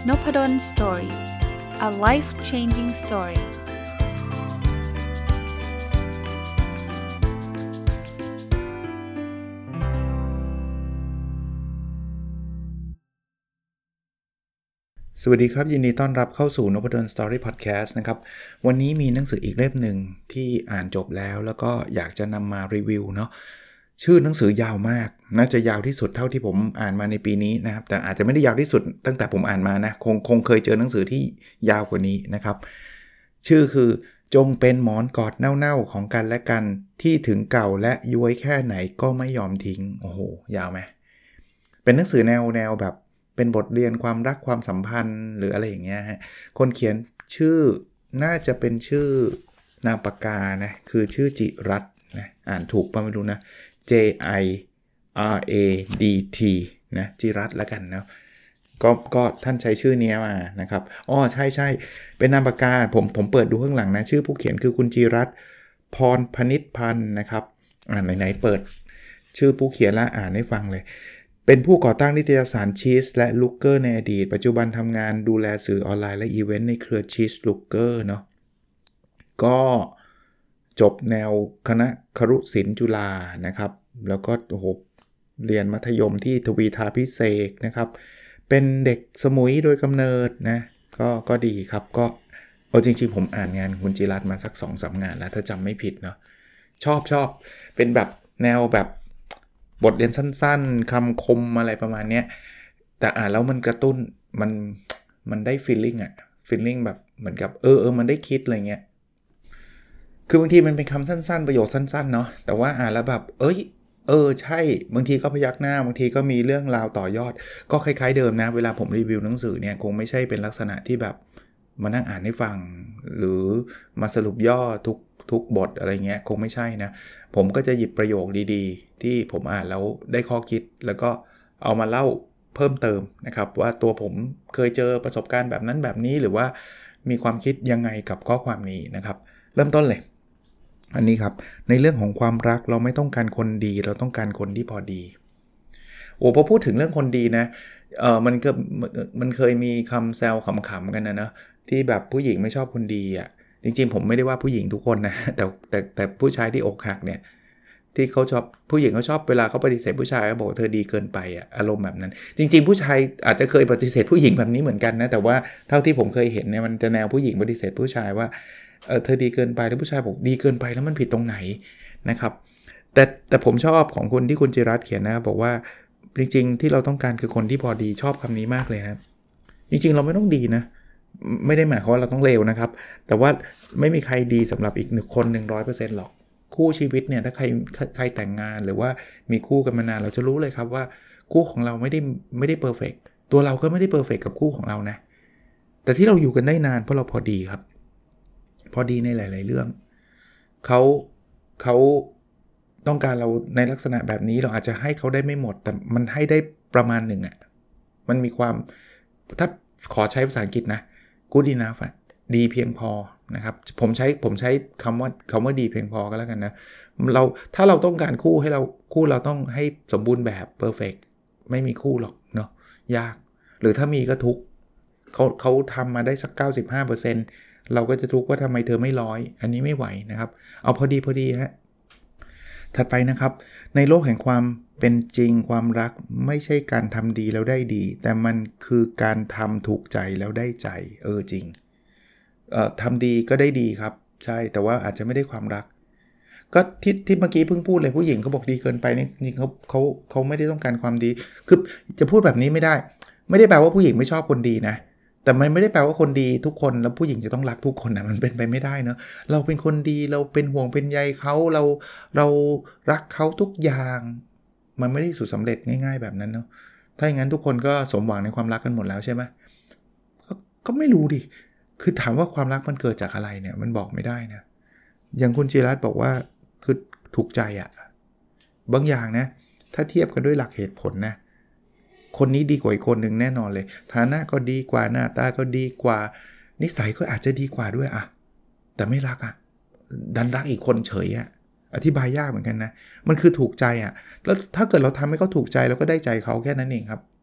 Nopadon Story. A life-changing story. สวัสดีครับยินดีต้อนรับเข้าสู่ Nopadon Story Podcast นะครับวันนี้มีหนังสืออีกเล่มหนึ่งที่อ่านจบแล้วก็อยากจะนำมารีวิวเนาะชื่อหนังสือยาวมากน่าจะยาวที่สุดเท่าที่ผมอ่านมาในปีนี้นะครับแต่อาจจะไม่ได้ยาวที่สุดตั้งแต่ผมอ่านมานะคงเคยเจอหนังสือที่ยาวกว่านี้นะครับชื่อคือจงเป็นหมอนกอดเน่าๆของกันและกันที่ถึงเก่าและย้วยแค่ไหนก็ไม่ยอมทิ้งโอ้โหยาวไหมเป็นหนังสือแนวแบบเป็นบทเรียนความรักความสัมพันธ์หรืออะไรอย่างเงี้ยฮะคนเขียนชื่อน่าจะเป็นชื่อนามปากกานะคือชื่อจิรัตน์นะอ่านถูกป่ะไม่รู้นะ JIRADT นะจิรัตน์แล้วกันนะก็ท่านใช้ชื่อนี้มานะครับอ๋อใช่เป็นนามปากกาผมเปิดดูข้างหลังนะชื่อผู้เขียนคือคุณจิรัตน์พรพนิชพันธ์นะครับไหนเปิดชื่อผู้เขียนแล้วอ่านให้ฟังเลยเป็นผู้ก่อตั้งนิตยสารชีสและลูกเกอร์ในอดีตปัจจุบันทำงานดูแลสื่อออนไลน์และอีเวนต์ในเครือชีสลูกเกอร์เนาะก็จบแนวคณะครุศิลป์จุฬานะครับแล้วก็โอ้โหเรียนมัธยมที่ทวีทาพิเศษนะครับเป็นเด็กสมุยโดยกำเนิดนะก็ดีครับก็จริงๆผมอ่านงานคุณจิรัตน์มาสัก 2-3 งานแล้วถ้าจำไม่ผิดเนาะชอบเป็นแบบแนวแบบบทเรียนสั้นๆคำคมอะไรประมาณนี้แต่อ่านแล้วมันกระตุ้นมันได้ feeling อะ feeling แบบเหมือนกับมันได้คิดอะไรเงี้ยคือบางทีมันเป็นคำสั้นๆประโยคสั้นๆเนาะแต่ว่าอ่านแล้วแบบใช่บางทีก็พยักหน้าบางทีก็มีเรื่องราวต่อยอดก็คล้ายๆเดิมนะเวลาผมรีวิวหนังสือเนี่ยคงไม่ใช่เป็นลักษณะที่แบบมานั่งอ่านให้ฟังหรือมาสรุปย่อทุกบทอะไรเงี้ยคงไม่ใช่นะผมก็จะหยิบประโยคดีๆที่ผมอ่านแล้วได้ข้อคิดแล้วก็เอามาเล่าเพิ่มเติมนะครับว่าตัวผมเคยเจอประสบการณ์แบบนั้นแบบนี้หรือว่ามีความคิดยังไงกับข้อความนี้นะครับเริ่มต้นเลยอันนี้ครับในเรื่องของความรักเราไม่ต้องการคนดีเราต้องการคนที่พอดีพอพูดถึงเรื่องคนดีนะมันเคยมีคำแซวขำๆกันนะที่แบบผู้หญิงไม่ชอบคนดีอ่ะจริงๆผมไม่ได้ว่าผู้หญิงทุกคนนะแต่ผู้ชายที่อกหักเนี่ยที่เขาชอบผู้หญิงเขาชอบเวลาเขาปฏิเสธผู้ชายเขาบอกเธอดีเกินไปอ่ะอารมณ์แบบนั้นจริงๆผู้ชายอาจจะเคยปฏิเสธผู้หญิงแบบนี้เหมือนกันนะแต่ว่าเท่าที่ผมเคยเห็นเนี่ยมันจะแนวผู้หญิงปฏิเสธผู้ชายว่าเธอดีเกินไปแล้วผู้ชายบอกดีเกินไปแล้วมันผิดตรงไหนนะครับแต่ผมชอบของคุณที่คุณจิรัตน์เขียนนะบอกว่าจริงๆที่เราต้องการคือคนที่พอดีชอบคำนี้มากเลยนะจริงๆเราไม่ต้องดีนะไม่ได้หมายความว่าเราต้องเลวนะครับแต่ว่าไม่มีใครดีสำหรับอีก1คน 100% หรอกคู่ชีวิตเนี่ยถ้าใครแต่งงานหรือว่ามีคู่กันมานานเราจะรู้เลยครับว่าคู่ของเราไม่ได้เพอร์เฟคตัวเราก็ไม่ได้เพอร์เฟคกับคู่ของเรานะแต่ที่เราอยู่กันได้นานเพราะเราพอดีครับพอดีในหลายๆเรื่องเขาต้องการเราในลักษณะแบบนี้เราอาจจะให้เขาได้ไม่หมดแต่มันให้ได้ประมาณหนึ่งอ่ะมันมีความถ้าขอใช้ภาษาอังกฤษนะ good enough ดีเพียงพอนะครับผมใช้คำว่าดีเพียงพอก็แล้วกันนะถ้าเราต้องการคู่เราต้องให้สมบูรณ์แบบ perfect ไม่มีคู่หรอกเนาะยากหรือถ้ามีก็ทุกเขาทำมาได้สัก 95% เราก็จะทุกข์ว่าทำไมเธอไม่100อันนี้ไม่ไหวนะครับเอาพอดีฮะถัดไปนะครับในโลกแห่งความเป็นจริงความรักไม่ใช่การทำดีแล้วได้ดีแต่มันคือการทำถูกใจแล้วได้ใจจริงทำดีก็ได้ดีครับใช่แต่ว่าอาจจะไม่ได้ความรักก็ที่เมื่อกี้เพิ่งพูดเลยผู้หญิงเขาบอกดีเกินไปนี่จริงเขาไม่ได้ต้องการความดีคือจะพูดแบบนี้ไม่ได้แปลว่าผู้หญิงไม่ชอบคนดีนะแต่มันไม่ได้แปลว่าคนดีทุกคนแล้วผู้หญิงจะต้องรักทุกคนนะมันเป็นไปไม่ได้เนาะเราเป็นคนดีเราเป็นห่วงเป็นใยเขาเรารักเขาทุกอย่างมันไม่ได้สูตรสำเร็จง่ายๆแบบนั้นเนาะถ้าอย่างนั้นทุกคนก็สมหวังในความรักกันหมดแล้วใช่ไหมก็ไม่รู้ดิคือถามว่าความรักมันเกิดจากอะไรเนี่ยมันบอกไม่ได้นะอย่างคุณจิรัตน์บอกว่าคือถูกใจอ่ะบางอย่างนะถ้าเทียบกันด้วยหลักเหตุผลนะคนนี้ดีกว่าอีกคนหนึ่งแน่นอนเลยฐานะก็ดีกว่าหน้าตาก็ดีกว่านิสัยก็อาจจะดีกว่าด้วยอ่ะแต่ไม่รักอ่ะดันรักอีกคนเฉยอ่ะอธิบายยากเหมือนกันนะมันคือถูกใจอ่ะแล้วถ้าเกิดเราทำให้เขาถูกใจเราก็ได้ใจเขาแค่นั้นเองครับ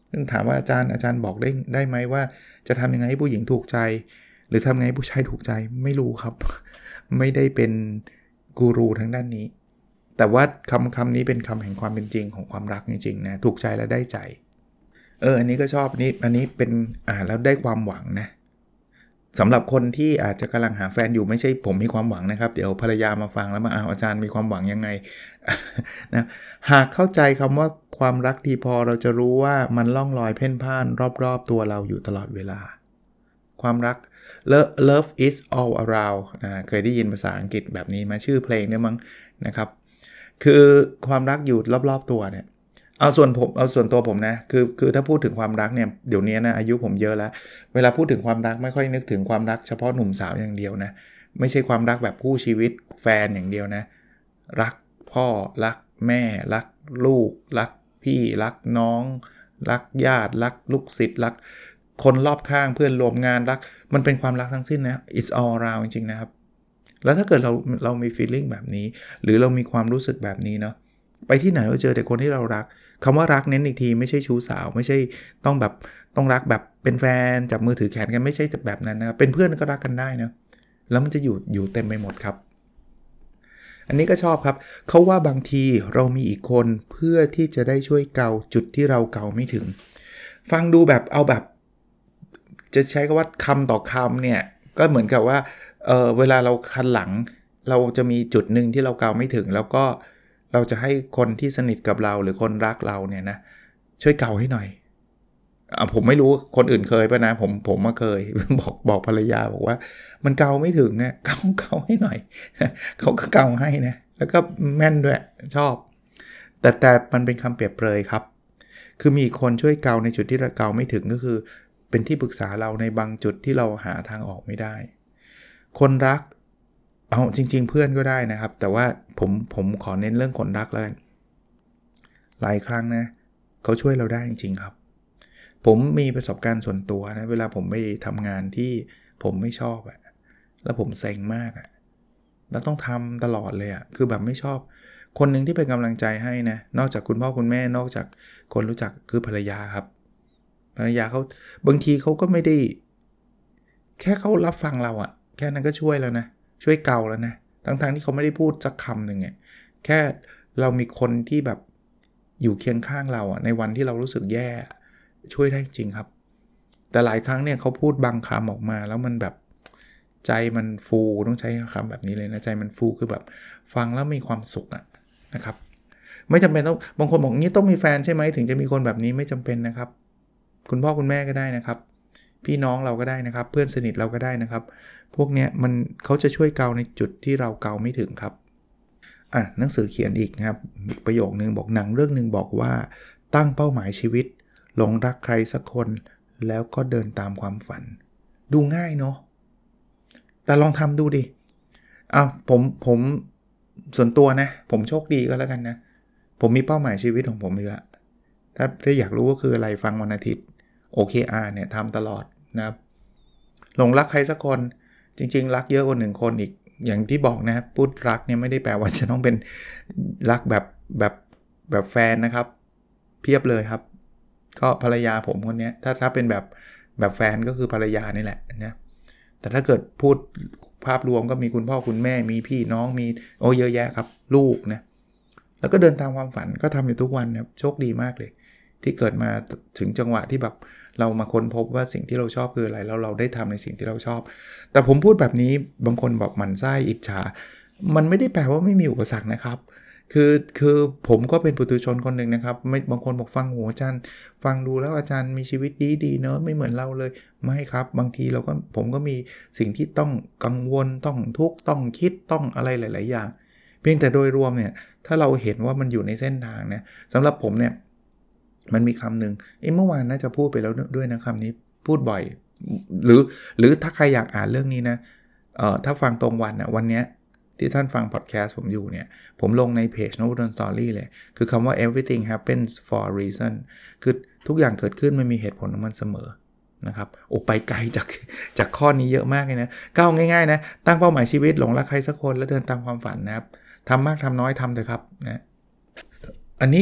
ซึ่งถามว่าอาจารย์บอกได้ไหมว่าจะทำยังไงให้ผู้หญิงถูกใจหรือทำไงให้ผู้ชายถูกใจไม่รู้ครับ ไม่ได้เป็นกูรูทางด้านนี้แต่ว่าคำนี้เป็นคำแห่งความเป็นจริงของความรักจริงๆนะถูกใจและได้ใจอันนี้ก็ชอบอันนี้เป็นแล้วได้ความหวังนะสำหรับคนที่อาจจะกำลังหาแฟนอยู่ไม่ใช่ผมมีความหวังนะครับเดี๋ยวภรรยามาฟังแล้วมาอาจารย์มีความหวังยังไง นะหากเข้าใจคำว่าความรักดีพอเราจะรู้ว่ามันล่องลอยเพ่นพ่านรอบๆตัวเราอยู่ตลอดเวลาความรัก Love is all around เคยได้ยินภาษาอังกฤษแบบนี้มาชื่อเพลงเนี่ยมั้งนะครับคือความรักอยู่รอบๆตัวเนี่ยเอาส่วนตัวผมนะคือถ้าพูดถึงความรักเนี่ยเดี๋ยวนี้นะอายุผมเยอะแล้วเวลาพูดถึงความรักไม่ค่อยนึกถึงความรักเฉพาะหนุ่มสาวอย่างเดียวนะไม่ใช่ความรักแบบคู่ชีวิตแฟนอย่างเดียวนะรักพ่อรักแม่รักลูกรักพี่รักน้องรักญาติรักลูกศิษย์รักคนรอบข้างเพื่อนร่วมงานรักมันเป็นความรักทั้งสิ้นนะ it's all around จริงๆนะครับแล้วถ้าเกิดเรามี feeling แบบนี้หรือเรามีความรู้สึกแบบนี้เนาะไปที่ไหนเราเจอแต่คนที่เรารักคำว่ารักเน้นอีกทีไม่ใช่ชู้สาวไม่ใช่ต้องรักแบบเป็นแฟนจับมือถือแขนกันไม่ใช่แบบนั้นนะเป็นเพื่อนก็รักกันได้นะแล้วมันจะอยู่เต็มไปหมดครับอันนี้ก็ชอบครับเขาว่าบางทีเรามีอีกคนเพื่อที่จะได้ช่วยเกาจุดที่เราเกาไม่ถึงฟังดูแบบเอาแบบจะใช้คำว่าคำต่อคำเนี่ยก็เหมือนกับว่าเวลาเราคันหลังเราจะมีจุดหนึ่งที่เราเกาไม่ถึงแล้วก็เราจะให้คนที่สนิทกับเราหรือคนรักเราเนี่ยนะช่วยเกาให้หน่อยผมไม่รู้คนอื่นเคยป่ะนะผมมาเคย บอกภรรยาบอกว่ามันเกาไม่ถึงอ่ะเกาให้หน่อย เขาก็เกาให้นะแล้วก็แม่นด้วยชอบแต่มันเป็นคำเปรียบเปรยครับคือมีคนช่วยเกาในจุดที่เราเกาไม่ถึงก็คือเป็นที่ปรึกษาเราในบางจุดที่เราหาทางออกไม่ได้คนรักเอาจริงๆเพื่อนก็ได้นะครับแต่ว่าผมขอเน้นเรื่องคนรักแล้วกันหลายครั้งนะเขาช่วยเราได้จริงๆครับผมมีประสบการณ์ส่วนตัวนะเวลาผมไปทำงานที่ผมไม่ชอบอะแล้วผมเซ็งมากอะแล้วต้องทำตลอดเลยอะคือแบบไม่ชอบคนหนึ่งที่เป็นกำลังใจให้นะนอกจากคุณพ่อคุณแม่นอกจากคนรู้จักคือภรรยาครับภรรยาเขาบางทีเขาก็ไม่ได้แค่เขารับฟังเราอะแค่นั้นก็ช่วยแล้วนะช่วยเกาแล้วนะทั้งที่เขาไม่ได้พูดสักคำหนึ่งเนี่ยแค่เรามีคนที่แบบอยู่เคียงข้างเราอะในวันที่เรารู้สึกแย่ช่วยได้จริงครับแต่หลายครั้งเนี่ยเขาพูดบางคำออกมาแล้วมันแบบใจมันฟูต้องใช้คำแบบนี้เลยนะใจมันฟูคือแบบฟังแล้วมีความสุขนะครับไม่จำเป็นต้องบางคนบอกงี้ต้องมีแฟนใช่ไหมถึงจะมีคนแบบนี้ไม่จำเป็นนะครับคุณพ่อคุณแม่ก็ได้นะครับพี่น้องเราก็ได้นะครับเพื่อนสนิทเราก็ได้นะครับพวกเนี้ยเขาจะช่วยเกาในจุดที่เราเกาไม่ถึงครับหนังสือเขียนอีกนะครับอีกประโยคนึงบอกหนังเรื่องนึงบอกว่าตั้งเป้าหมายชีวิตหลงรักใครสักคนแล้วก็เดินตามความฝันดูง่ายเนาะแต่ลองทำดูดิผมส่วนตัวนะผมโชคดีก็แล้วกันนะผมมีเป้าหมายชีวิตของผมอยู่แล้วถ้าอยากรู้ว่าคืออะไรฟังวันอาทิตย์ OKR เนี่ยทำตลอดนะครับหลงรักใครสักคนจริงๆรักเยอะกว่า1คนอีกอย่างที่บอกนะพูดรักเนี่ยไม่ได้แปลว่าจะต้องเป็นรักแบบแฟนนะครับเพียบเลยครับก็ภรรยาผมคนนี้ถ้าเป็นแบบแฟนก็คือภรรยานี่แหละนะแต่ถ้าเกิดพูดภาพรวมก็มีคุณพ่อคุณแม่มีพี่น้องมีเยอะแยะครับลูกนะแล้วก็เดินตามความฝันก็ทำอยู่ทุกวันนะโชคดีมากเลยที่เกิดมาถึงจังหวะที่แบบเรามาค้นพบว่าสิ่งที่เราชอบคืออะไรแล้วเราได้ทำในสิ่งที่เราชอบแต่ผมพูดแบบนี้บางคนบอกหมั่นไส้อิจฉามันไม่ได้แปลว่าไม่มีอุปสรรคนะครับคือผมก็เป็นปุถุชนคนหนึ่งนะครับไม่บางคนบอกฟังโหอาจารย์ฟังดูแล้วอาจารย์มีชีวิตดีเนอะไม่เหมือนเราเลยไม่ครับบางทีผมก็มีสิ่งที่ต้องกังวลต้องทุกข์ต้องคิดต้องอะไรหลายๆอย่างเพียงแต่โดยรวมเนี่ยถ้าเราเห็นว่ามันอยู่ในเส้นทางนะสำหรับผมเนี่ยมันมีคำหนึ่งเมื่อวานน่าจะพูดไปแล้วด้วยนะคำนี้พูดบ่อยหรือถ้าใครอยากอ่านเรื่องนี้นะถ้าฟังตรงวันนะวันนี้ที่ท่านฟังพอดแคสต์ผมอยู่เนี่ยผมลงในเพจ Novoton Story เลยคือคำว่า everything happens for a reason คือทุกอย่างเกิดขึ้นมันมีเหตุผลของมันเสมอนะครับไปไกลจากข้อนี้เยอะมากเลยนะก้าวง่ายๆนะตั้งเป้าหมายชีวิตหลงรักใครสักคนแล้วเดินตามความฝันนะครับทำมากทำน้อยทำเถอะครับนะอันนี้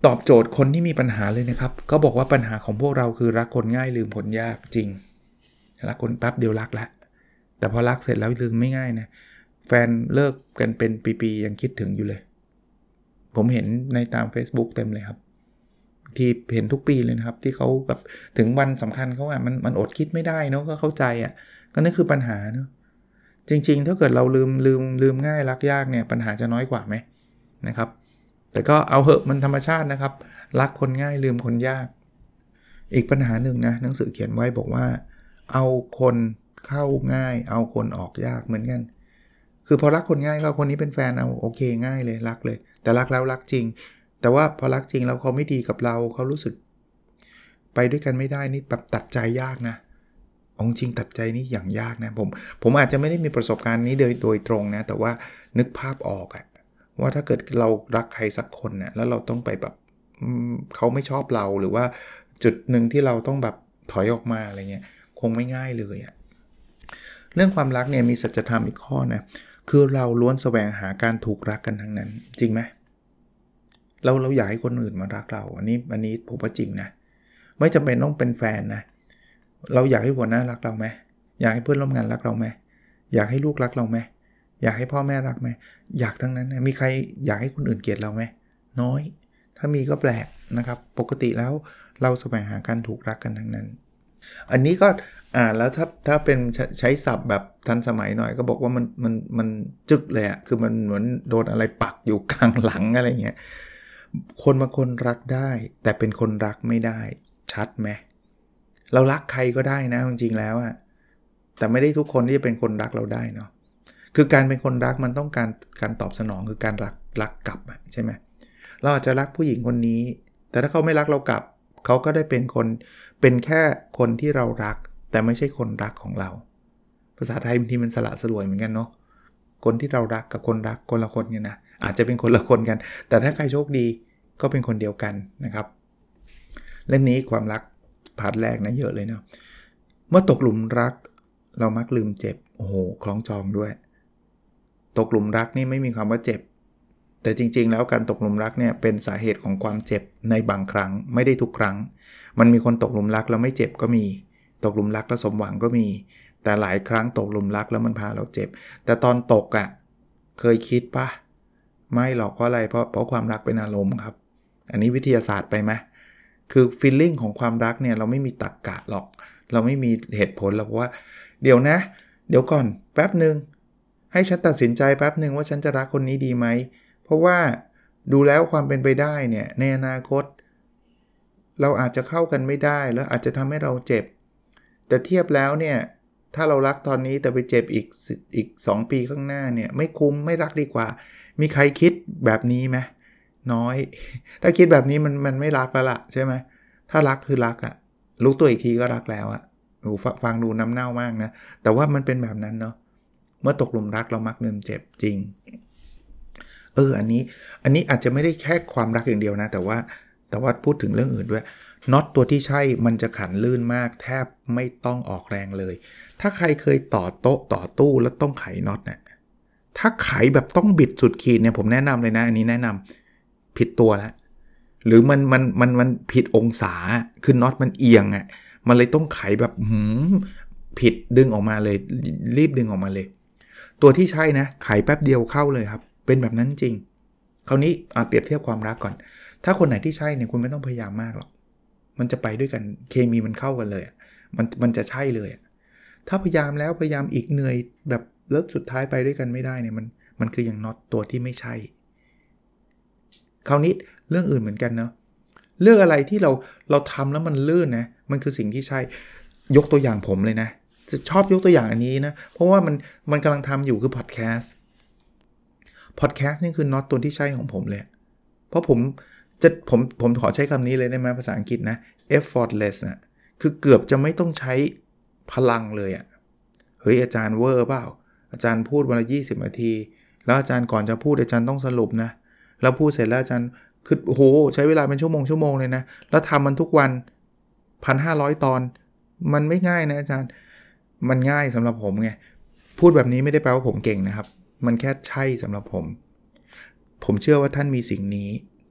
ตอบโจทย์คนที่มีปัญหาเลยนะครับก็บอกว่าปัญหาของพวกเราคือรักคนง่ายลืมคนยากจริงรักคนแป๊บเดียวรักละแต่พอรักเสร็จแล้วลืมไม่ง่ายนะแฟนเลิกกันเป็นปีๆยังคิดถึงอยู่เลยผมเห็นในตาม Facebook เต็มเลยครับที่เห็นทุกปีเลยนะครับที่เขาแบบถึงวันสำคัญเขาอ่ะมันอดคิดไม่ได้เนาะก็เข้าใจอ่ะก็นั่นคือปัญหาเนาะจริงๆถ้าเกิดเราลืมง่ายรักยากเนี่ยปัญหาจะน้อยกว่าไหมนะครับแต่ก็เอาเหอะมันธรรมชาตินะครับรักคนง่ายลืมคนยากอีกปัญหาหนึ่งนะหนังสือเขียนไว้บอกว่าเอาคนเข้าง่ายเอาคนออกยากเหมือนกันคือพอรักคนง่ายก็คนนี้เป็นแฟนเอาโอเคง่ายเลยรักเลยแต่รักแล้วรักจริงแต่ว่าพอรักจริงแล้วเขาไม่ดีกับเราเขารู้สึกไปด้วยกันไม่ได้นี่แบบตัดใจยากนะองจริงตัดใจนี่อย่างยากนะผมอาจจะไม่ได้มีประสบการณ์นี้โดยตรงนะแต่ว่านึกภาพออกอะว่าถ้าเกิดเรารักใครสักคนเนี่ยแล้วเราต้องไปแบบเขาไม่ชอบเราหรือว่าจุดหนึ่งที่เราต้องแบบถอยออกมาอะไรเงี้ยคงไม่ง่ายเลยอะเรื่องความรักเนี่ยมีสัจธรรมอีกข้อนะคือเราล้วนแสวงหาการถูกรักกันทั้งนั้นจริงไหมเราอยากให้คนอื่นมารักเราอันนี้ผมว่าจริงนะไม่จำเป็นต้องเป็นแฟนนะเราอยากให้หัวหน้ารักเราไหมอยากให้เพื่อนร่วมงานรักเราไหมอยากให้ลูกรักเราไหมอยากให้พ่อแม่รักไหมอยากทั้งนั้นนะมีใครอยากให้คนอื่นเกลียดเราไหมน้อยถ้ามีก็แปลกนะครับปกติแล้วเราแสวงหาการถูกรักกันทั้งนั้นอันนี้ก็แล้วถ้าเป็นใช้ศัพท์แบบทันสมัยหน่อยก็บอกว่ามันจึกเลยอ่ะคือมันเหมือนโดนอะไรปักอยู่กลางหลังอะไรเงี้ยคนบางคนรักได้แต่เป็นคนรักไม่ได้ชัดไหมเรารักใครก็ได้นะจริงๆแล้วอ่ะแต่ไม่ได้ทุกคนที่จะเป็นคนรักเราได้เนาะคือการเป็นคนรักมันต้องการตอบสนองคือการรักกลับใช่ไหมเราอาจจะรักผู้หญิงคนนี้แต่ถ้าเขาไม่รักเรากลับเขาก็ได้เป็นแค่คนที่เรารักแต่ไม่ใช่คนรักของเราภาษาไทยบางทีมันสละสลวยเหมือนกันเนาะคนที่เรารักกับคนรักคนละคนกันนะอาจจะเป็นคนละคนกันแต่ถ้าใครโชคดีก็เป็นคนเดียวกันนะครับเล่มนี้ความรักพาร์ทแรกนะเยอะเลยเนาะเมื่อตกหลุมรักเรามักลืมเจ็บโอ้โหคล้องจองด้วยตกหลุมรักนี่ไม่มีคำว่าเจ็บแต่จริงๆแล้วการตกหลุมรักเนี่ยเป็นสาเหตุของความเจ็บในบางครั้งไม่ได้ทุกครั้งมันมีคนตกหลุมรักแล้วไม่เจ็บก็มีตกหลุมรักแล้วสมหวังก็มีแต่หลายครั้งตกหลุมรักแล้วมันพาเราเจ็บแต่ตอนตกอ่ะเคยคิดปะไม่หรอกเพราะอะไรเพราะความรักเป็นอารมณ์ครับอันนี้วิทยาศาสตร์ไปไหมคือฟีลลิ่งของความรักเนี่ยเราไม่มีตรรกะหรอกเราไม่มีเหตุผลหรอกว่าเดี๋ยวก่อนแป๊บนึงให้ฉันตัดสินใจแป๊บนึงว่าฉันจะรักคนนี้ดีไหมเพราะว่าดูแล้วความเป็นไปได้เนี่ยในอนาคตเราอาจจะเข้ากันไม่ได้แล้วอาจจะทำให้เราเจ็บแต่เทียบแล้วเนี่ยถ้าเรารักตอนนี้แต่ไปเจ็บอีก2 ปีข้างหน้าเนี่ยไม่คุ้มไม่รักดีกว่ามีใครคิดแบบนี้ไหมน้อยถ้าคิดแบบนี้มันไม่รักแล้วล่ะใช่ไหมถ้ารักคือรักอะรู้ตัวอีกทีก็รักแล้วอะฟังดูน้ำเน่ามากนะแต่ว่ามันเป็นแบบนั้นเนาะเมื่อตกหลุมรักเรามักลืมเจ็บจริงอันนี้อาจจะไม่ได้แค่ความรักอย่างเดียวนะแต่ว่าพูดถึงเรื่องอื่นด้วยน็อตตัวที่ใช่มันจะขันลื่นมากแทบไม่ต้องออกแรงเลยถ้าใครเคยต่อโต๊ะต่อตู้แล้วต้องไขน็อตเนี่ยถ้าไขแบบต้องบิดสุดขีดเนี่ยผมแนะนำเลยนะอันนี้แนะนำผิดตัวแล้วหรือมันผิดองศาคือน็อตมันเอียงมันเลยต้องไขแบบผิดดึงออกมาเลยรีบดึงออกมาเลยตัวที่ใช่นะไขแป๊บเดียวเข้าเลยครับเป็นแบบนั้นจริงคราวนี้เปรียบเทียบความรักก่อนถ้าคนไหนที่ใช่เนี่ยคุณไม่ต้องพยายามมากหรอกมันจะไปด้วยกันเคมีมันเข้ากันเลยมันจะใช่เลยถ้าพยายามแล้วพยายามอีกเหนื่อยแบบเลิกสุดท้ายไปด้วยกันไม่ได้เนี่ยมันคืออย่างน็อตตัวที่ไม่ใช่คราวนี้เรื่องอื่นเหมือนกันเนาะเรื่องอะไรที่เราทำแล้วมันลื่นนะมันคือสิ่งที่ใช่ยกตัวอย่างผมเลยนะจะชอบยกตัวอย่างอันนี้นะเพราะว่ามันกำลังทำอยู่คือพอดแคสต์นี่คือน็อตตัวที่ใช่ของผมเลยเพราะผมขอใช้คำนี้เลยได้ไหมภาษาอังกฤษนะ effortless นะคือเกือบจะไม่ต้องใช้พลังเลยเฮ้ยอาจารย์เวอร์เปล่าอาจารย์พูดวันละ20 นาทีแล้วอาจารย์ก่อนจะพูดอาจารย์ต้องสรุปนะแล้วพูดเสร็จแล้วอาจารย์คือโอ้โหใช้เวลาเป็นชั่วโมงเลยนะแล้วทำมันทุกวัน 1,500 ตอนมันไม่ง่ายนะอาจารย์มันง่ายสำหรับผมไงพูดแบบนี้ไม่ได้แปลว่าผมเก่งนะครับมันแค่ใช่สำหรับผมเชื่อว่าท่านมีสิ่งนี้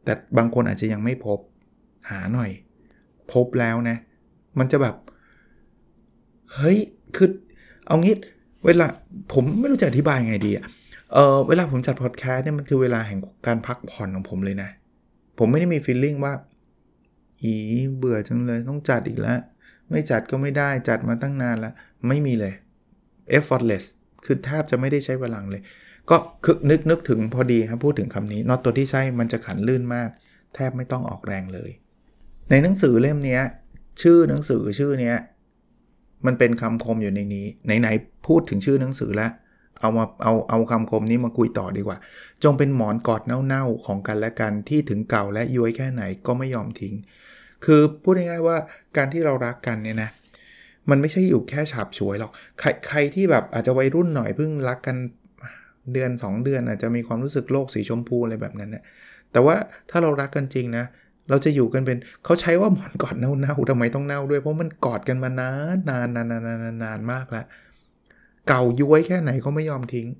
แต่บางคนอาจจะยังไม่พบหาหน่อยพบแล้วนะมันจะแบบเฮ้ยคือเอางี้เวลาผมไม่รู้จะอธิบายไงดีเวลาผมจัดพอดแคสต์เนี่ยมันคือเวลาแห่งการพักผ่อนของผมเลยนะผมไม่ได้มีฟีลลิ่งว่าเบื่อจังเลยต้องจัดอีกแล้วไม่จัดก็ไม่ได้จัดมาตั้งนานแล้วไม่มีเลย effortless คือแทบจะไม่ได้ใช้พลังเลยก็คือนึกถึงพอดีครับพูดถึงคำนี้น็อตตัวที่ใช่มันจะขันลื่นมากแทบไม่ต้องออกแรงเลยในหนังสือเล่มนี้ชื่อหนังสือชื่อนี้มันเป็นคำคมอยู่ในนี้ไหนๆพูดถึงชื่อหนังสือแล้วเอาคำคมนี้มาคุยต่อดีกว่าจงเป็นหมอนกอดเน่าๆของกันและกันที่ถึงเก่าและย้วยแค่ไหนก็ไม่ยอมทิ้งคือพูดง่ายๆว่าการที่เรารักกันเนี่ยนะมันไม่ใช่อยู่แค่ฉาบฉวยหรอกใครที่แบบอาจจะวัยรุ่นหน่อยเพิ่งรักกันเดือน2เดือนอาจจะมีความรู้สึกโลกสีชมพูอะไรแบบนั้นนะแต่ว่าถ้าเรารักกันจริงนะเราจะอยู่กันเป็นเขาใช้ว่าหมอนกอดเน่าๆทำไมต้องเน่าด้วยเพราะมันกอดกันมานานมากแล้วเก่าย้วยแค่ไหนก็ไม่ยอมทิ้ง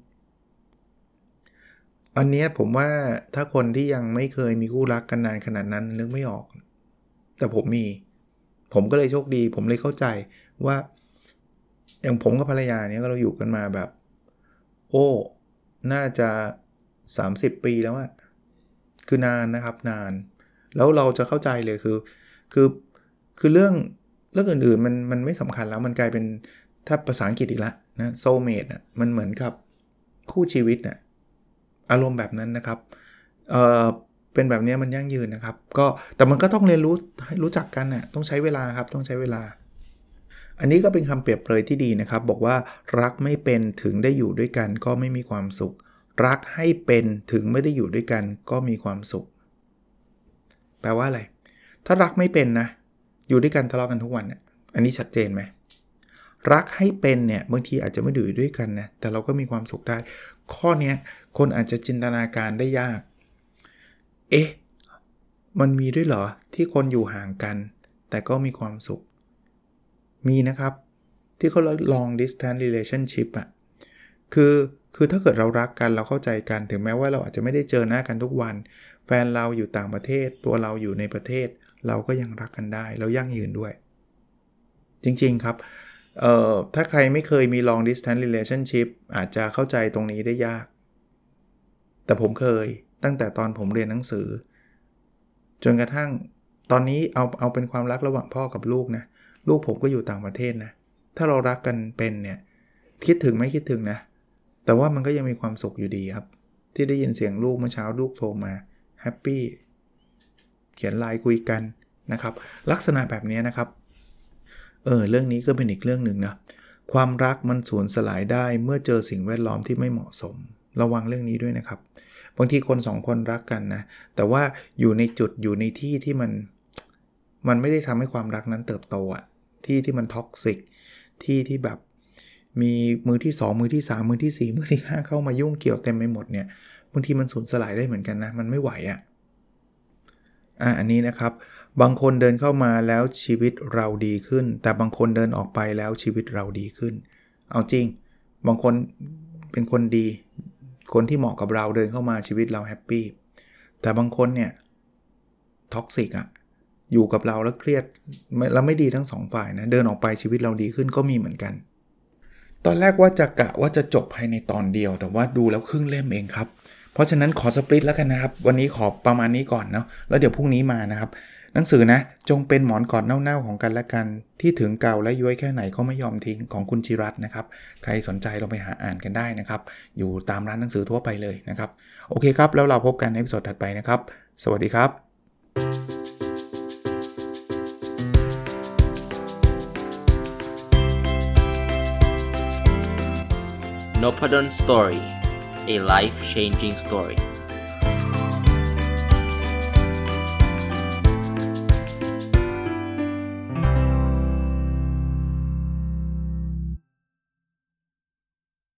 อันนี้ผมว่าถ้าคนที่ยังไม่เคยมีคู่รักกันนานขนาดนั้นนึกไม่ออกแต่ผมก็เลยโชคดีผมเลยเข้าใจว่าอย่างผมกับภรรยาเนี่ยเราอยู่กันมาแบบน่าจะ30ปีแล้วอะคือนานนะครับนานแล้วเราจะเข้าใจเลยคือเรื่องอื่นๆมันไม่สำคัญแล้วมันกลายเป็นถ้าภาษาอังกฤษอีกแล้วนะ soulmate อ่ะมันเหมือนกับคู่ชีวิตน่ะอารมณ์แบบนั้นนะครับเป็นแบบนี้มันยั่งยืนนะครับก็แต่มันก็ต้องเรียนรู้จักกันน่ะต้องใช้เวลาครับต้องใช้เวลาอันนี้ก็เป็นคำเปรียบเปรยที่ดีนะครับบอกว่ารักไม่เป็นถึงได้อยู่ด้วยกันก็ไม่มีความสุขรักให้เป็นถึงไม่ได้อยู่ด้วยกันก็มีความสุขแปลว่าอะไรถ้ารักไม่เป็นนะอยู่ด้วยกันทะเลาะกันทุกวันเนี่ยอันนี้ชัดเจนไหมรักให้เป็นเนี่ยบางทีอาจจะไม่อยู่ด้วยกันนะแต่เราก็มีความสุขได้ข้อนี้คนอาจจะจินตนาการได้ยากมันมีด้วยเหรอที่คนอยู่ห่างกันแต่ก็มีความสุขมีนะครับที่เขาlong distance relationship อ่ะคือถ้าเกิดเรารักกันเราเข้าใจกันถึงแม้ว่าเราอาจจะไม่ได้เจอหน้ากันทุกวันแฟนเราอยู่ต่างประเทศตัวเราอยู่ในประเทศเราก็ยังรักกันได้แล้วยั่งยืนด้วยจริงๆครับถ้าใครไม่เคยมี long distance relationship อาจจะเข้าใจตรงนี้ได้ยากแต่ผมเคยตั้งแต่ตอนผมเรียนหนังสือจนกระทั่งตอนนี้เอาเป็นความรักระหว่างพ่อกับลูกนะลูกผมก็อยู่ต่างประเทศนะถ้าเรารักกันเป็นเนี่ยคิดถึงไม่คิดถึงนะแต่ว่ามันก็ยังมีความสุขอยู่ดีครับที่ได้ยินเสียงลูกเมื่อเช้าลูกโทรมาแฮปปี้เขียนไลน์คุยกันนะครับลักษณะแบบนี้นะครับเรื่องนี้ก็เป็นอีกเรื่องหนึ่งนะความรักมันสูญสลายได้เมื่อเจอสิ่งแวดล้อมที่ไม่เหมาะสมระวังเรื่องนี้ด้วยนะครับบางทีคน2คนรักกันนะแต่ว่าอยู่ในจุดอยู่ในที่ที่มันไม่ได้ทำให้ความรักนั้นเติบโตอ่ะที่มันท็อกซิกที่แบบมีมือที่2มือที่3มือที่4มือที่5เข้ามายุ่งเกี่ยวเต็มไปหมดเนี่ยบางทีมันสูญสลายได้เหมือนกันนะมันไม่ไหวอ่ะอันนี้นะครับบางคนเดินเข้ามาแล้วชีวิตเราดีขึ้นแต่บางคนเดินออกไปแล้วชีวิตเราดีขึ้นเอาจริงบางคนเป็นคนดีคนที่เหมาะกับเราเดินเข้ามาชีวิตเราแฮปปี้แต่บางคนเนี่ยท็อกซิกอ่ะอยู่กับเราแล้วเครียดแล้วไม่ดีทั้ง2ฝ่ายนะเดินออกไปชีวิตเราดีขึ้นก็มีเหมือนกันตอนแรกว่าจะจบภายในตอนเดียวแต่ว่าดูแล้วครึ่งเล่มเองครับเพราะฉะนั้นขอสปลิตแล้วกันนะครับวันนี้ขอประมาณนี้ก่อนเนาะแล้วเดี๋ยวพรุ่งนี้มานะครับหนังสือนะจงเป็นหมอนกอดเน่าๆของกันและกันที่ถึงเก่าและย้วยแค่ไหนก็ไม่ยอมทิ้งของคุณจิรัตน์นะครับใครสนใจเราไปหาอ่านกันได้นะครับอยู่ตามร้านหนังสือทั่วไปเลยนะครับโอเคครับแล้วเราพบกันในตอนถัดไปนะครับสวัสดีครับ Nopadon Story, a life-changing story.